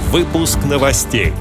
Выпуск новостей.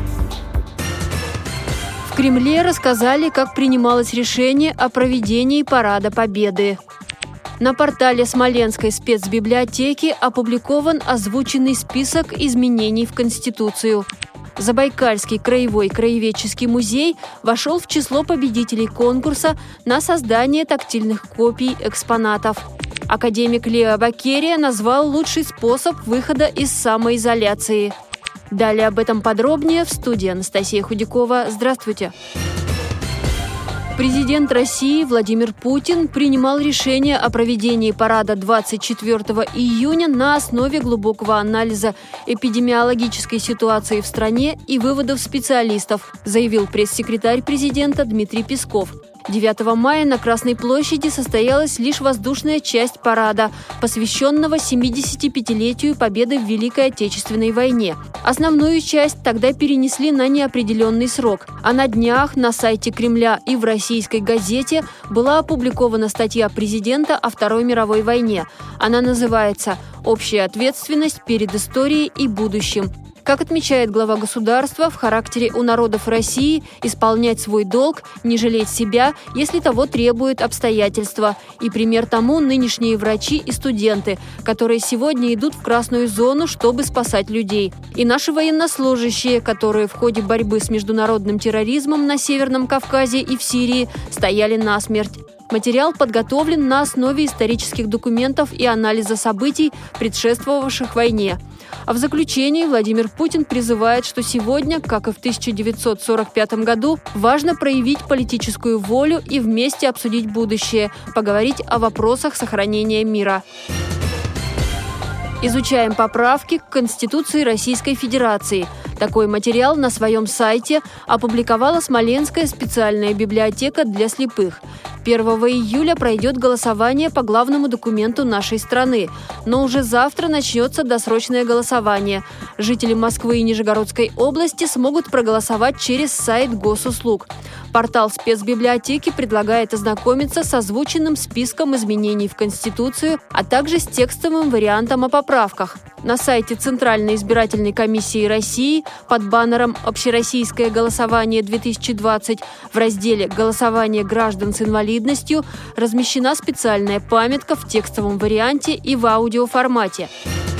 В Кремле рассказали, как принималось решение о проведении Парада Победы. На портале Смоленской спецбиблиотеки опубликован озвученный список изменений в Конституцию. Забайкальский краевой краеведческий музей вошел в число победителей конкурса на создание тактильных копий экспонатов. Академик Лео Бакерия назвал лучший способ выхода из самоизоляции. Далее об этом подробнее в студии Анастасия Худякова. Здравствуйте! Президент России Владимир Путин принимал решение о проведении парада 24 июня на основе глубокого анализа эпидемиологической ситуации в стране и выводов специалистов, заявил пресс-секретарь президента Дмитрий Песков. 9 мая на Красной площади состоялась лишь воздушная часть парада, посвященного 75-летию победы в Великой Отечественной войне. Основную часть тогда перенесли на неопределенный срок, а на днях на сайте Кремля и в российской газете была опубликована статья президента о Второй мировой войне. Она называется «Общая ответственность перед историей и будущим». Как отмечает глава государства, в характере у народов России исполнять свой долг, не жалеть себя, если того требуют обстоятельства. И пример тому нынешние врачи и студенты, которые сегодня идут в красную зону, чтобы спасать людей. И наши военнослужащие, которые в ходе борьбы с международным терроризмом на Северном Кавказе и в Сирии стояли насмерть. Материал подготовлен на основе исторических документов и анализа событий, предшествовавших войне. А в заключении Владимир Путин призывает, что сегодня, как и в 1945 году, важно проявить политическую волю и вместе обсудить будущее, поговорить о вопросах сохранения мира. Изучаем поправки к Конституции Российской Федерации. Такой материал на своем сайте опубликовала Смоленская специальная библиотека для слепых. 1 июля пройдет голосование по главному документу нашей страны. Но уже завтра начнется досрочное голосование. Жители Москвы и Нижегородской области смогут проголосовать через сайт госуслуг. Портал спецбиблиотеки предлагает ознакомиться с озвученным списком изменений в Конституцию, а также с текстовым вариантом о поправках. На сайте Центральной избирательной комиссии России под баннером «Общероссийское голосование-2020» в разделе «Голосование граждан с инвалидностью» размещена специальная памятка в текстовом варианте и в аудиоформате.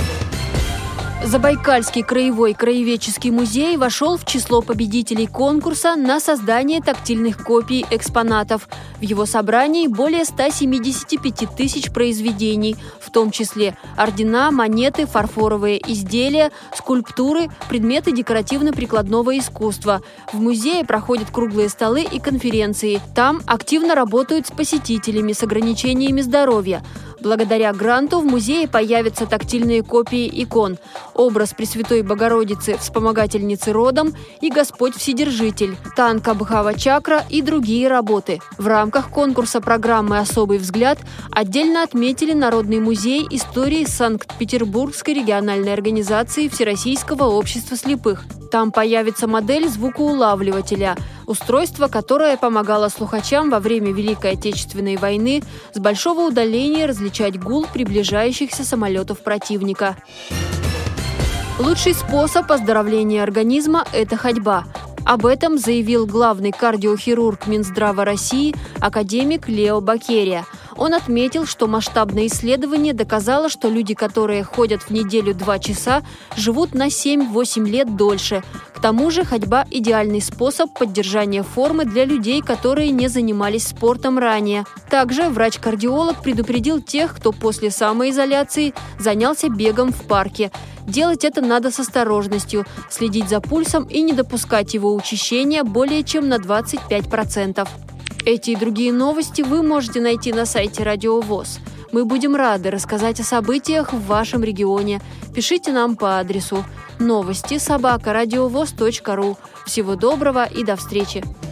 Забайкальский краевой краеведческий музей вошел в число победителей конкурса на создание тактильных копий экспонатов. В его собрании более 175 тысяч произведений, в том числе ордена, монеты, фарфоровые изделия, скульптуры, предметы декоративно-прикладного искусства. В музее проходят круглые столы и конференции. Там активно работают с посетителями с ограничениями здоровья. Благодаря гранту в музее появятся тактильные копии икон, образ Пресвятой Богородицы, вспомогательницы родом и Господь Вседержитель, Танка Бхава-чакра и другие работы. В рамках конкурса программы «Особый взгляд» отдельно отметили Народный музей истории Санкт-Петербургской региональной организации Всероссийского общества слепых. Там появится модель звукоулавливателя, устройство, которое помогало слухачам во время Великой Отечественной войны с большого удаления различать гул приближающихся самолетов противника. Лучший способ оздоровления организма – это ходьба. Об этом заявил главный кардиохирург Минздрава России академик Лео Бакерия. Он отметил, что масштабное исследование доказало, что люди, которые ходят в неделю 2 часа, живут на 7-8 лет дольше. К тому же ходьба – идеальный способ поддержания формы для людей, которые не занимались спортом ранее. Также врач-кардиолог предупредил тех, кто после самоизоляции занялся бегом в парке. Делать это надо с осторожностью, следить за пульсом и не допускать его учащения более чем на 25%. Эти и другие новости вы можете найти на сайте Радио ВОС. Мы будем рады рассказать о событиях в вашем регионе. Пишите нам по адресу новости@радиовос.ру. Всего доброго и до встречи!